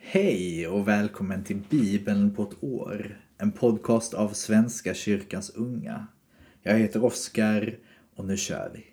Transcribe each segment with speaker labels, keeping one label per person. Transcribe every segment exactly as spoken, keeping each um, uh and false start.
Speaker 1: Hej och välkommen till Bibeln på ett år. En podcast av Svenska kyrkans unga. Jag heter Oskar och nu kör vi.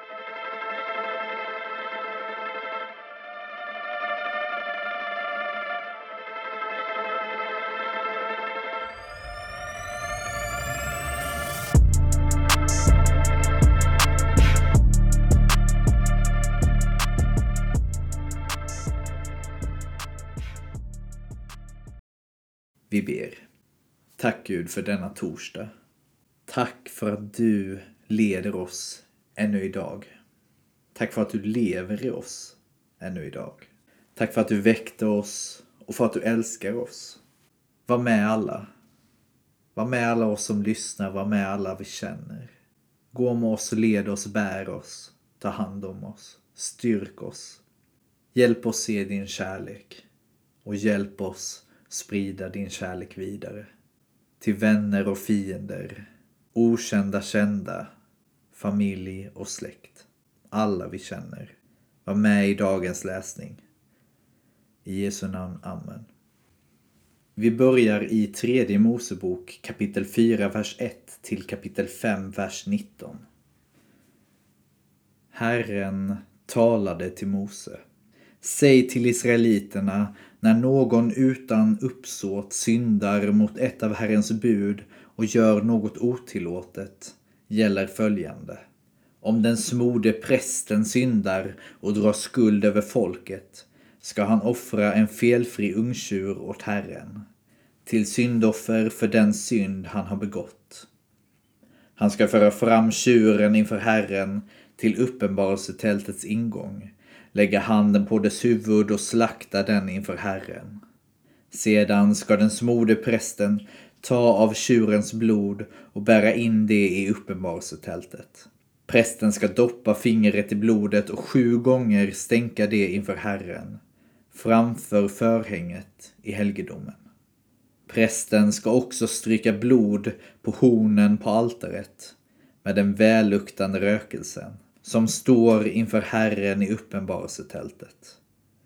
Speaker 1: Vi ber. Tack Gud för denna torsdag. Tack för att du leder oss ännu idag. Tack för att du lever i oss ännu idag. Tack för att du väckte oss och för att du älskar oss. Var med alla. Var med alla oss som lyssnar. Var med alla vi känner. Gå med oss och led oss, bär oss. Ta hand om oss. Styrk oss. Hjälp oss se din kärlek. Och hjälp oss sprida din kärlek vidare. Till vänner och fiender. Okända, kända. Familj och släkt. Alla vi känner. Var med i dagens läsning. I Jesu namn, amen. Vi börjar i tredje Mosebok kapitel fyra vers ett till kapitel fem vers nitton. Herren talade till Mose. Säg till israeliterna, när någon utan uppsåt syndar mot ett av Herrens bud och gör något otillåtet, gäller följande. Om den smorde prästen syndar och drar skuld över folket, ska han offra en felfri ungtjur åt Herren, till syndoffer för den synd han har begått. Han ska föra fram tjuren inför Herren till uppenbarelsetältets ingång, lägga handen på dess huvud och slakta den inför Herren. Sedan ska den smorde prästen ta av tjurens blod och bära in det i uppenbarelsetältet. Prästen ska doppa fingret i blodet och sju gånger stänka det inför Herren, framför förhänget i helgedomen. Prästen ska också stryka blod på hornen på altaret med den välluktande rökelsen som står inför Herren i uppenbarelsetältet.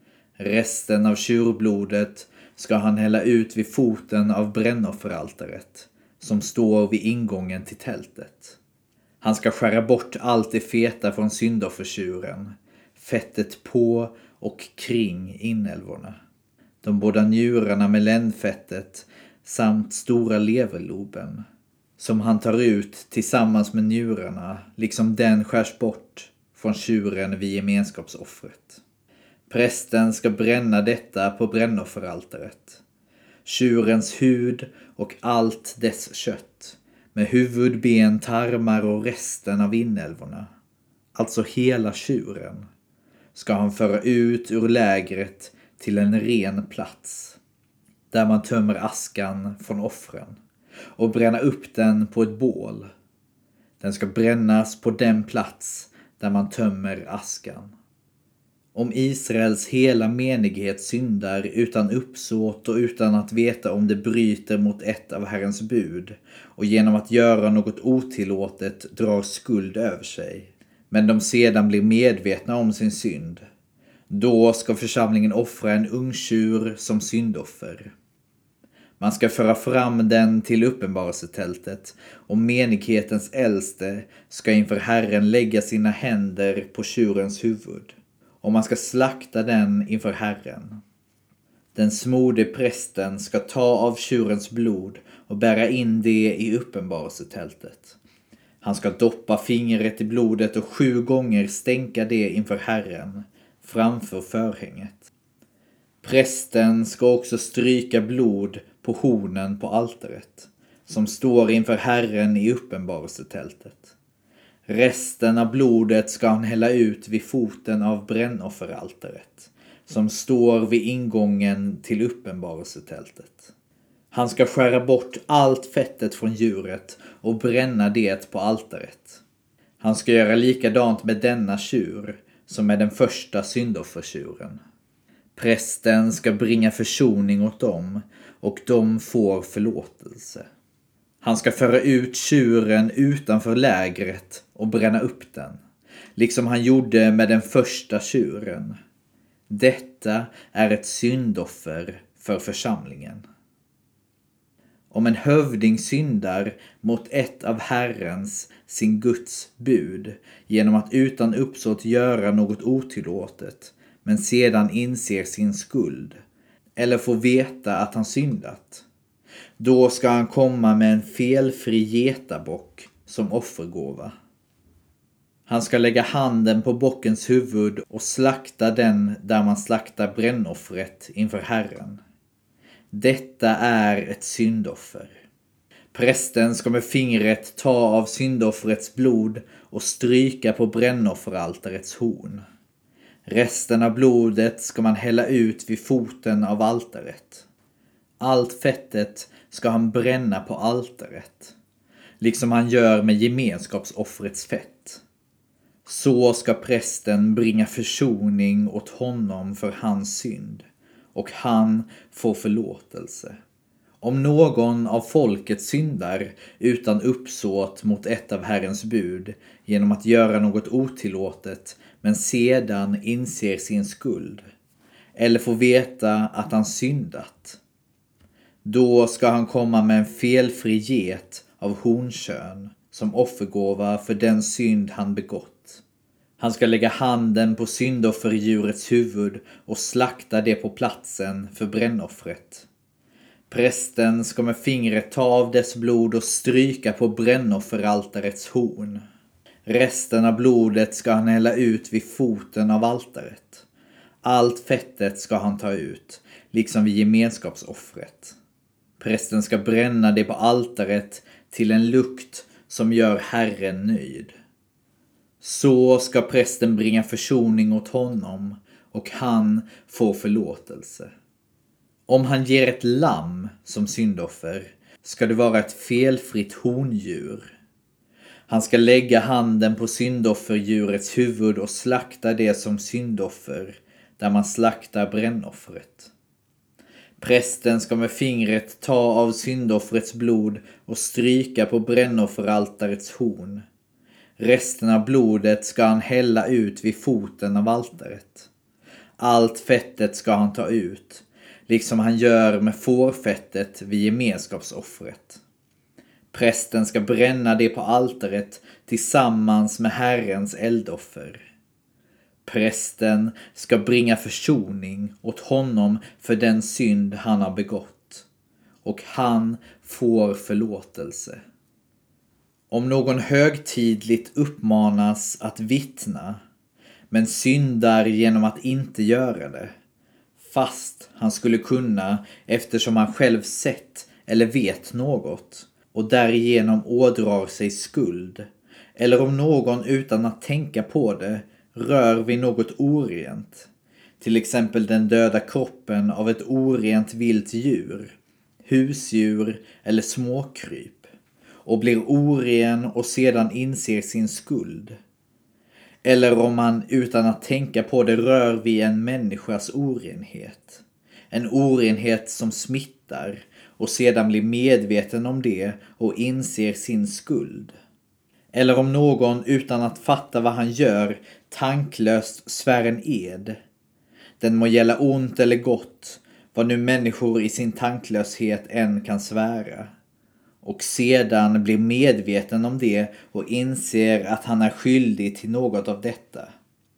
Speaker 1: Resten av tjurblodet ska han hälla ut vid foten av brännofferaltaret som står vid ingången till tältet. Han ska skära bort allt det feta från syndoffertjuren, fettet på och kring inälvorna, de båda njurarna med ländfettet samt stora leverloben, som han tar ut tillsammans med njurarna, liksom den skärs bort från tjuren vid gemenskapsoffret. Prästen ska bränna detta på brännofferaltaret. Tjurens hud och allt dess kött, med huvud, ben, tarmar och resten av inälvorna, alltså hela tjuren, ska han föra ut ur lägret till en ren plats, där man tömmer askan från offren, och bränna upp den på ett bål. Den ska brännas på den plats där man tömmer askan. Om Israels hela menighet syndar utan uppsåt och utan att veta om det bryter mot ett av Herrens bud och genom att göra något otillåtet drar skuld över sig, men de sedan blir medvetna om sin synd, då ska församlingen offra en ungtjur som syndoffer. Man ska föra fram den till uppenbarelsetältet, och menighetens äldste ska inför Herren lägga sina händer på tjurens huvud, och man ska slakta den inför Herren. Den smorde prästen ska ta av tjurens blod och bära in det i uppenbarelsetältet. Han ska doppa fingret i blodet och sju gånger stänka det inför Herren, framför förhänget. Prästen ska också stryka blod på hornen på altaret, som står inför Herren i uppenbarelsetältet. Resten av blodet ska han hälla ut vid foten av brännofferaltaret, som står vid ingången till uppenbarelsetältet. Han ska skära bort allt fettet från djuret och bränna det på altaret. Han ska göra likadant med denna tjur som med den första syndoffertjuren. Prästen ska bringa försoning åt dem, och de får förlåtelse. Han ska föra ut tjuren utanför lägret och bränna upp den, liksom han gjorde med den första tjuren. Detta detta är ett syndoffer för församlingen. Om en hövding syndar mot ett av Herrens, sin Guds, bud genom att utan uppsåt göra något otillåtet, men sedan inser sin skuld, eller får veta att han syndat, då ska han komma med en felfri getabock som offergåva. Han ska lägga handen på bockens huvud och slakta den där man slaktar brännoffret inför Herren. Detta är ett syndoffer. Prästen ska med fingret ta av syndoffrets blod och stryka på brännofferaltarets horn. Resten av blodet ska man hälla ut vid foten av altaret. Allt fettet ska han bränna på altaret, liksom han gör med gemenskapsoffrets fett. Så ska prästen bringa försoning åt honom för hans synd, och han får förlåtelse. Om någon av folket syndar utan uppsåt mot ett av Herrens bud genom att göra något otillåtet, men sedan inser sin skuld, eller får veta att han syndat, då ska han komma med en felfri get av hornkön som offergåva för den synd han begått. Han ska lägga handen på syndofferdjurets huvud och slakta det på platsen för brännoffret. Prästen ska med fingret ta av dess blod och stryka på brännofferaltarets horn. Resten av blodet ska han hälla ut vid foten av altaret. Allt fettet ska han ta ut, liksom vid gemenskapsoffret. Prästen ska bränna det på altaret till en lukt som gör Herren nöjd. Så ska prästen bringa försoning åt honom, och han får förlåtelse. Om han ger ett lamm som syndoffer ska det vara ett felfritt hondjur. Han ska lägga handen på syndofferdjurets huvud och slakta det som syndoffer där man slaktar brännoffret. Prästen ska med fingret ta av syndoffrets blod och stryka på brännofferaltarets horn. Resten av blodet ska han hälla ut vid foten av altaret. Allt fettet ska han ta ut, liksom han gör med fårfettet vid gemenskapsoffret. Prästen ska bränna det på altaret tillsammans med Herrens eldoffer. Prästen ska bringa försoning åt honom för den synd han har begått, och han får förlåtelse. Om någon högtidligt uppmanas att vittna, men syndar genom att inte göra det, fast han skulle kunna eftersom han själv sett eller vet något, och därigenom ådrar sig skuld, eller om någon utan att tänka på det rör vid något orent, till exempel den döda kroppen av ett orent vilt djur, husdjur eller småkryp, och blir oren och sedan inser sin skuld. Eller om man utan att tänka på det rör vid en människas orenhet. En orenhet som smittar och sedan blir medveten om det och inser sin skuld. Eller om någon utan att fatta vad han gör tanklöst svär en ed. Den må gälla ont eller gott, vad nu människor i sin tanklöshet än kan svära. Och sedan blir medveten om det och inser att han är skyldig till något av detta.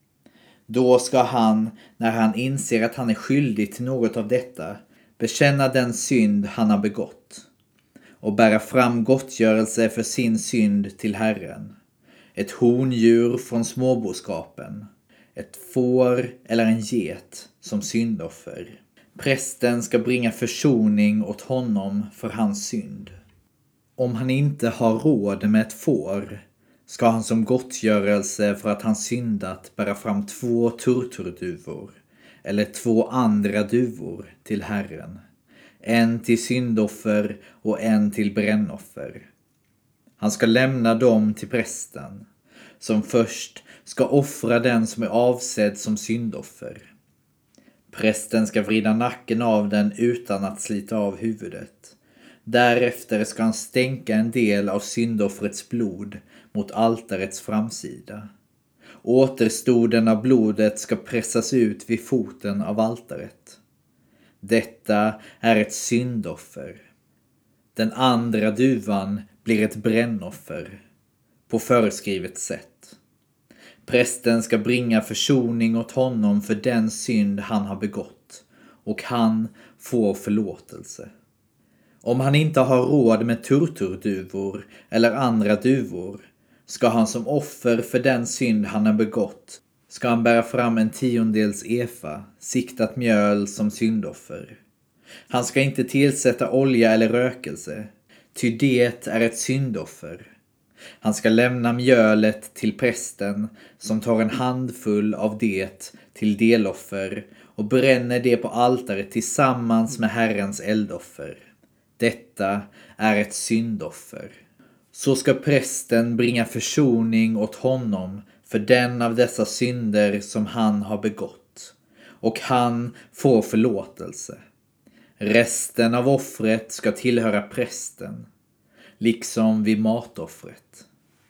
Speaker 1: Då ska han, när han inser att han är skyldig till något av detta, bekänna den synd han har begått och bära fram gottgörelse för sin synd till Herren. Ett hondjur från småboskapen, ett får eller en get som syndoffer. Prästen ska bringa försoning åt honom för hans synd. Om han inte har råd med ett får ska han som gottgörelse för att han syndat bära fram två turturduvor eller två andra duvor till Herren. En till syndoffer och en till brännoffer. Han ska lämna dem till prästen, som först ska offra den som är avsedd som syndoffer. Prästen ska vrida nacken av den utan att slita av huvudet. Därefter ska han stänka en del av syndoffrets blod mot altarets framsida. Återstoden av blodet ska pressas ut vid foten av altaret. Detta är ett syndoffer. Den andra duvan blir ett brännoffer på föreskrivet sätt. Prästen ska bringa försoning åt honom för den synd han har begått, och han får förlåtelse. Om han inte har råd med turturduvor eller andra duvor, ska han som offer för den synd han har begått, ska han bära fram en tiondels efa, siktat mjöl som syndoffer. Han ska inte tillsätta olja eller rökelse, ty det är ett syndoffer. Han ska lämna mjölet till prästen, som tar en handfull av det till deloffer och bränner det på altaret tillsammans med Herrens eldoffer. Detta är ett syndoffer. Så ska prästen bringa försoning åt honom för den av dessa synder som han har begått, och han får förlåtelse. Resten av offret ska tillhöra prästen, liksom vid matoffret.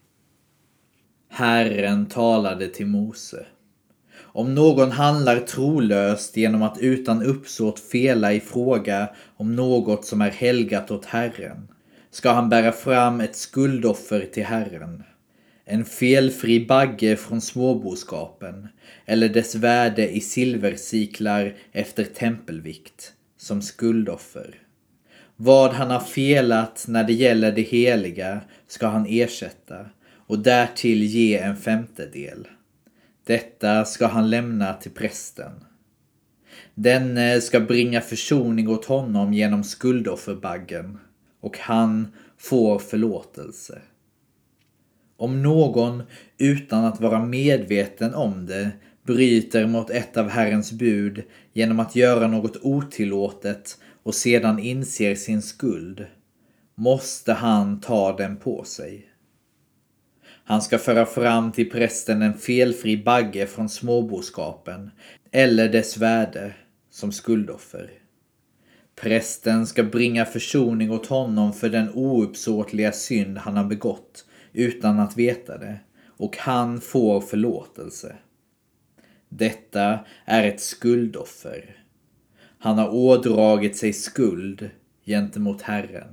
Speaker 1: Herren talade till Mose: om någon handlar trolöst genom att utan uppsåt fela i fråga om något som är helgat åt Herren, ska han bära fram ett skuldoffer till Herren. En felfri bagge från småboskapen, eller dess värde i silversiklar efter tempelvikt, som skuldoffer. Vad han har felat när det gäller det heliga ska han ersätta, och därtill ge en femtedel. Detta ska han lämna till prästen. Denne ska bringa försoning åt honom genom skuldofferbaggen, och han får förlåtelse. Om någon utan att vara medveten om det bryter mot ett av Herrens bud genom att göra något otillåtet och sedan inser sin skuld, måste han ta den på sig. Han ska föra fram till prästen en felfri bagge från småboskapen eller dess värde som skuldoffer. Prästen ska bringa försoning åt honom för den ouppsåtliga synd han har begått utan att veta det, och han får förlåtelse. Detta är ett skuldoffer. Han har ådragit sig skuld gentemot Herren.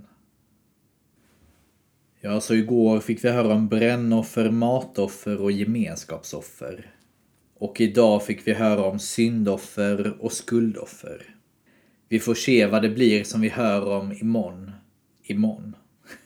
Speaker 1: Ja, så igår fick vi höra om brännoffer, matoffer och gemenskapsoffer. Och idag fick vi höra om syndoffer och skuldoffer. Vi får se vad det blir som vi hör om imorgon. Imorgon.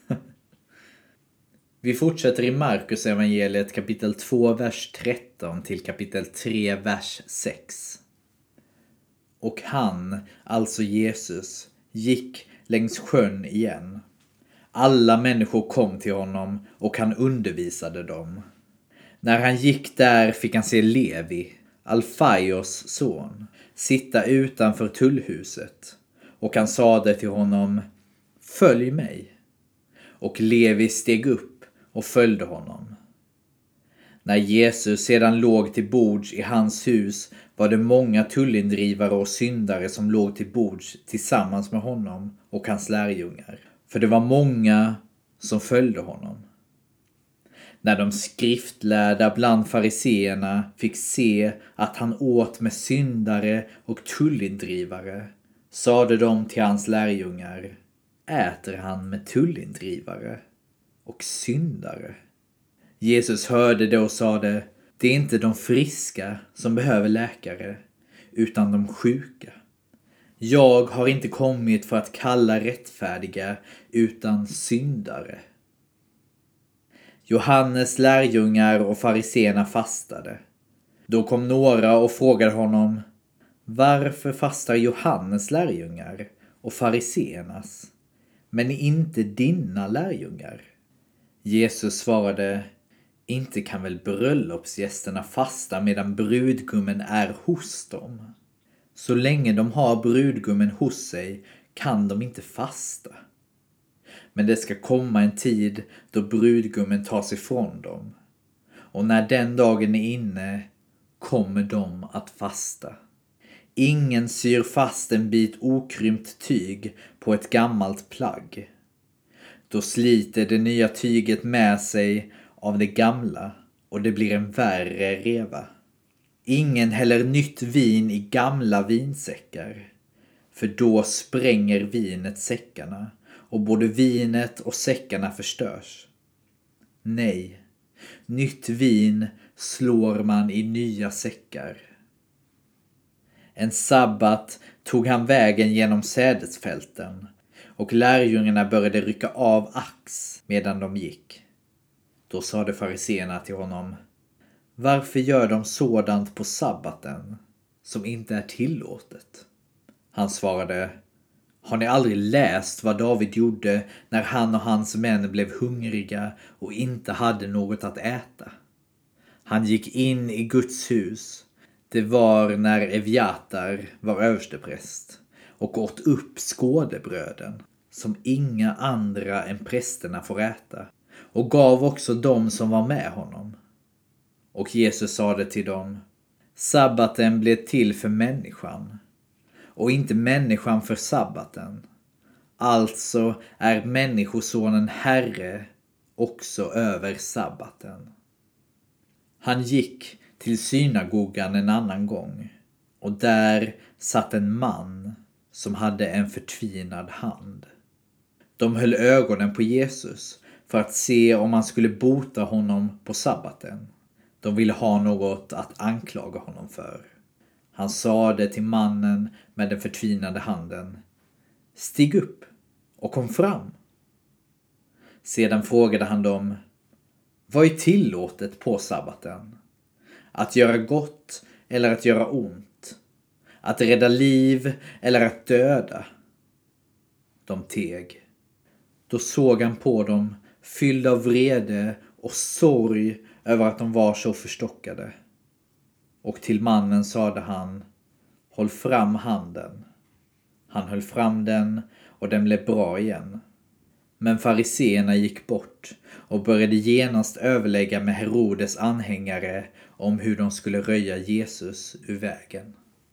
Speaker 1: Vi fortsätter i Markus evangeliet kapitel två, vers tretton till kapitel tre, vers sex. Och han, alltså Jesus, gick längs sjön igen. Alla människor kom till honom och han undervisade dem. När han gick där fick han se Levi, Alfaios son, sitta utanför tullhuset. Och han sade till honom: följ mig. Och Levi steg upp och följde honom. När Jesus sedan låg till bords i hans hus var det många tullindrivare och syndare som låg till bords tillsammans med honom och hans lärjungar. För det var många som följde honom. När de skriftlärda bland fariseerna fick se att han åt med syndare och tullindrivare, sade de till hans lärjungar: äter han med tullindrivare och syndare? Jesus hörde det och sade: det är inte de friska som behöver läkare, utan de sjuka. Jag har inte kommit för att kalla rättfärdiga, utan syndare. Johannes lärjungar och fariseerna fastade. Då kom några och frågade honom: varför fastar Johannes lärjungar och fariseernas, men inte dina lärjungar? Jesus svarade: inte kan väl bröllopsgästerna fasta medan brudgummen är hos dem? Så länge de har brudgummen hos sig kan de inte fasta. Men det ska komma en tid då brudgummen tas ifrån dem. Och när den dagen är inne kommer de att fasta. Ingen syr fast en bit okrympt tyg på ett gammalt plagg. Då sliter det nya tyget med sig av det gamla och det blir en värre reva. Ingen häller nytt vin i gamla vinsäckar, för då spränger vinet säckarna och både vinet och säckarna förstörs. Nej, nytt vin slår man i nya säckar. En sabbat tog han vägen genom sädesfälten och lärjungarna började rycka av ax medan de gick. Då sade fariseerna till honom: varför gör de sådant på sabbaten som inte är tillåtet? Han svarade: har ni aldrig läst vad David gjorde när han och hans män blev hungriga och inte hade något att äta? Han gick in i Guds hus. Det var när Evjatar var överstepräst och åt upp skådebröden som inga andra än prästerna får äta, och gav också dem som var med honom. Och Jesus sade till dem: sabbaten blev till för människan och inte människan för sabbaten. Alltså är människosonen herre också över sabbaten. Han gick till synagogan en annan gång, och där satt en man som hade en förtvinad hand. De höll ögonen på Jesus för att se om han skulle bota honom på sabbaten. De ville ha något att anklaga honom för. Han sade till mannen med den förtvinade handen: stig upp och kom fram. Sedan frågade han dem: vad är tillåtet på sabbaten? Att göra gott eller att göra ont? Att rädda liv eller att döda? De teg. Då såg han på dem, fylld av vrede och sorg över att de var så förstockade. Och till mannen sade han: håll fram handen. Han höll fram den och den blev bra igen. Men fariseerna gick bort och började genast överlägga med Herodes anhängare om hur de skulle röja Jesus ur vägen.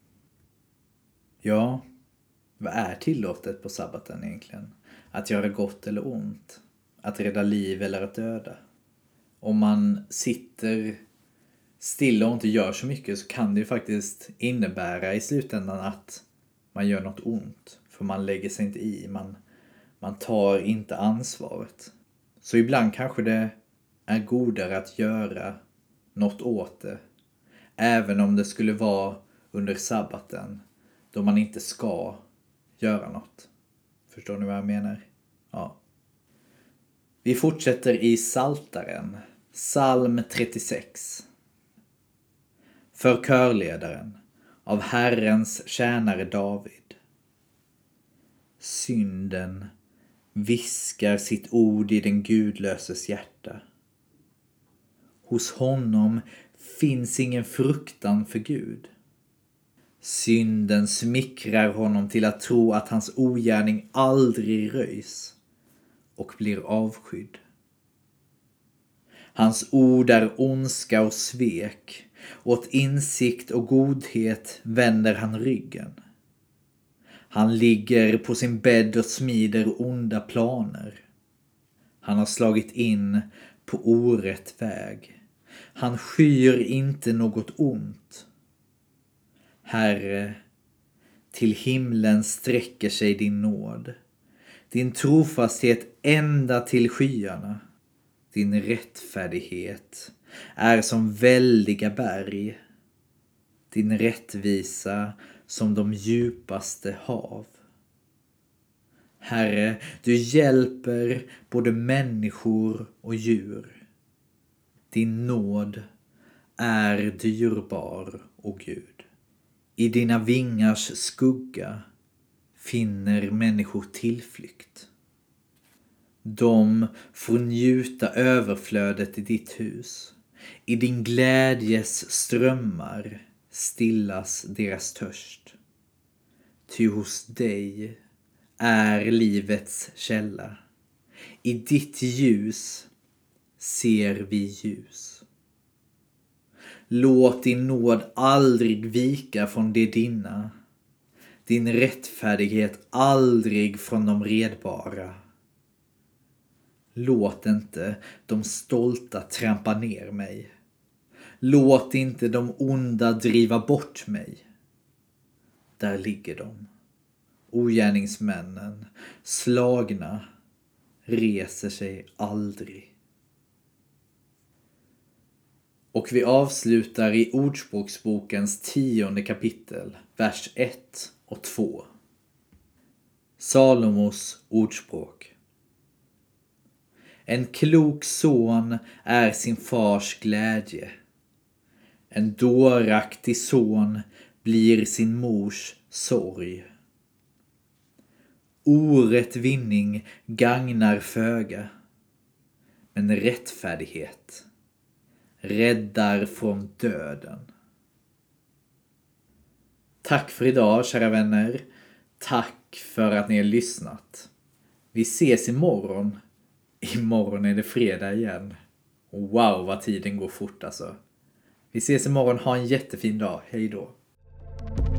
Speaker 1: Ja, vad är tillåtet på sabbaten egentligen? Att göra gott eller ont? Att rädda liv eller att döda? Om man sitter stilla och inte gör så mycket så kan det ju faktiskt innebära i slutändan att man gör något ont. För man lägger sig inte i, man, man tar inte ansvaret. Så ibland kanske det är godare att göra något åt det. Även om det skulle vara under sabbaten, då man inte ska göra något. Förstår ni vad jag menar? Ja. Vi fortsätter i Psaltaren, psalm trettiosex. För körledaren, av Herrens tjänare David. Synden viskar sitt ord i den gudlöses hjärta. Hos honom finns ingen fruktan för Gud. Synden smickrar honom till att tro att hans ogärning aldrig röjs och blir avskydd. Hans ord är ondska och svek, åt insikt och godhet vänder han ryggen. Han ligger på sin bädd och smider onda planer. Han har slagit in på orätt väg. Han skyr inte något ont. Herre, till himlen sträcker sig din nåd. Din trofasthet ända till skyarna. Din rättfärdighet är som väldiga berg. Din rättvisa som de djupaste hav. Herre, du hjälper både människor och djur. Din nåd är dyrbar, o Gud. I dina vingars skugga finner människor tillflykt. De får njuta överflödet i ditt hus. I din glädjes strömmar stillas deras törst. Ty hos dig är livets källa. I ditt ljus ser vi ljus. Låt din nåd aldrig vika från det dina. Din rättfärdighet aldrig från de redbara. Låt inte de stolta trampa ner mig. Låt inte de onda driva bort mig. Där ligger de. Ogärningsmännen, slagna, reser sig aldrig. Och vi avslutar i Ordspråksbokens tionde kapitel, vers ett och två. Salomos ordspråk. En klok son är sin fars glädje. En dåraktig son blir sin mors sorg. Orätt vinning gagnar föga, men rättfärdighet räddar från döden. Tack för idag, kära vänner. Tack för att ni har lyssnat. Vi ses imorgon. Imorgon är det fredag igen. Wow, vad tiden går fort alltså. Vi ses imorgon. Ha en jättefin dag. Hej då.